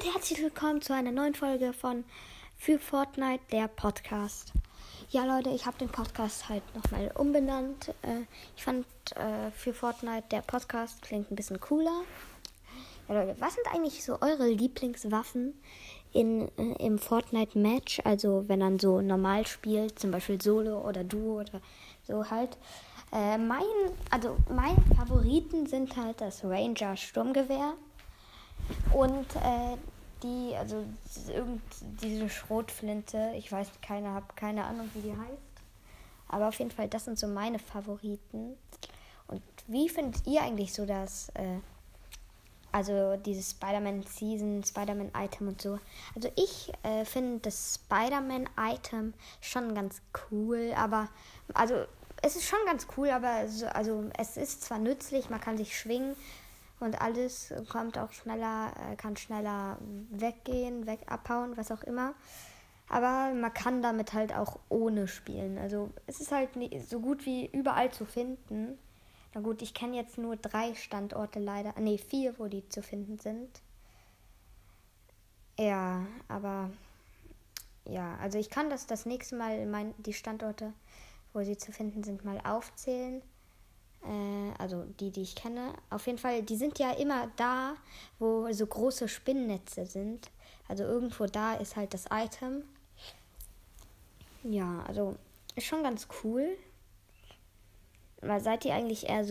und herzlich willkommen zu einer neuen Folge von Für Fortnite, der Podcast. Ja Leute, ich habe den Podcast halt nochmal umbenannt. Ich fand Für Fortnite, der Podcast klingt ein bisschen cooler. Ja Leute, was sind eigentlich so eure Lieblingswaffen im Fortnite-Match? Also wenn man so normal spielt, zum Beispiel Solo oder Duo oder so halt. Meine Favoriten sind halt das Ranger Sturmgewehr und diese Schrotflinte. Ich weiß, habe keine Ahnung, wie die heißt. Aber auf jeden Fall, das sind so meine Favoriten. Und wie findet ihr eigentlich so dieses Spider-Man-Season, Spider-Man-Item und so? Also ich finde das Spider-Man-Item schon ganz cool, es ist schon ganz cool, aber es ist zwar nützlich, man kann sich schwingen und alles kommt auch schneller, kann schneller weggehen, abhauen, was auch immer. Aber man kann damit halt auch ohne spielen. Also es ist halt so gut wie überall zu finden. Na gut, ich kenne jetzt nur 3 Standorte leider. 4, wo die zu finden sind. Ja, aber ja, also ich kann das nächste Mal die Standorte, wo sie zu finden sind, mal aufzählen. Also die ich kenne. Auf jeden Fall, die sind ja immer da, wo so große Spinnennetze sind. Also irgendwo da ist halt das Item. Ja, also ist schon ganz cool. Weil seid ihr eigentlich eher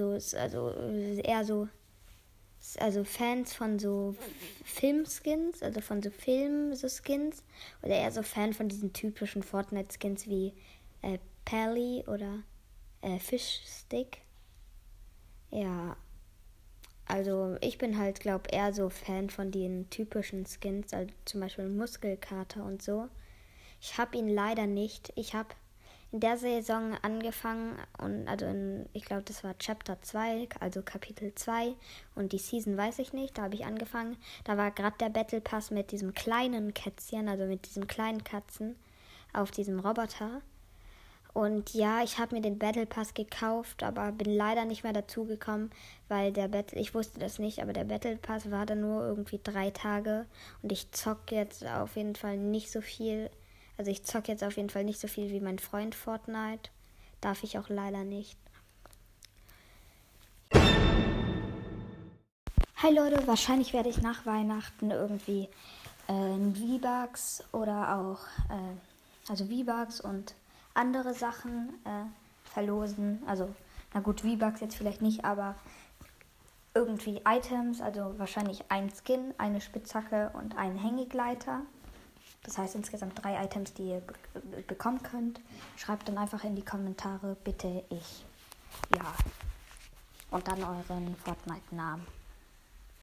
Fans von so Filmskins, also von so Film-Skins? Oder eher so Fan von diesen typischen Fortnite-Skins wie Pally oder Fishstick? Ja, also ich bin halt, eher so Fan von den typischen Skins, also zum Beispiel Muskelkater und so. Ich habe ihn leider nicht. Ich habe in der Saison angefangen ich glaube, das war Chapter 2, also Kapitel 2 und die Season weiß ich nicht, da habe ich angefangen. Da war gerade der Battle Pass mit diesem kleinen Kätzchen, also mit diesem kleinen Katzen auf diesem Roboter. Und ja, ich habe mir den Battle Pass gekauft, aber bin leider nicht mehr dazugekommen, weil ich wusste das nicht, aber der Battle Pass war dann nur irgendwie 3 Tage und ich zocke jetzt auf jeden Fall nicht so viel. Also ich zocke jetzt auf jeden Fall nicht so viel wie mein Freund Fortnite. Darf ich auch leider nicht. Hi Leute, wahrscheinlich werde ich nach Weihnachten irgendwie V-Bucks oder auch V-Bucks und andere Sachen verlosen. Also, na gut, V-Bucks jetzt vielleicht nicht, aber irgendwie Items, also wahrscheinlich ein Skin, eine Spitzhacke und einen Hängegleiter. Das heißt insgesamt 3 Items, die ihr bekommen könnt. Schreibt dann einfach in die Kommentare, bitte ich. Ja. Und dann euren Fortnite-Namen.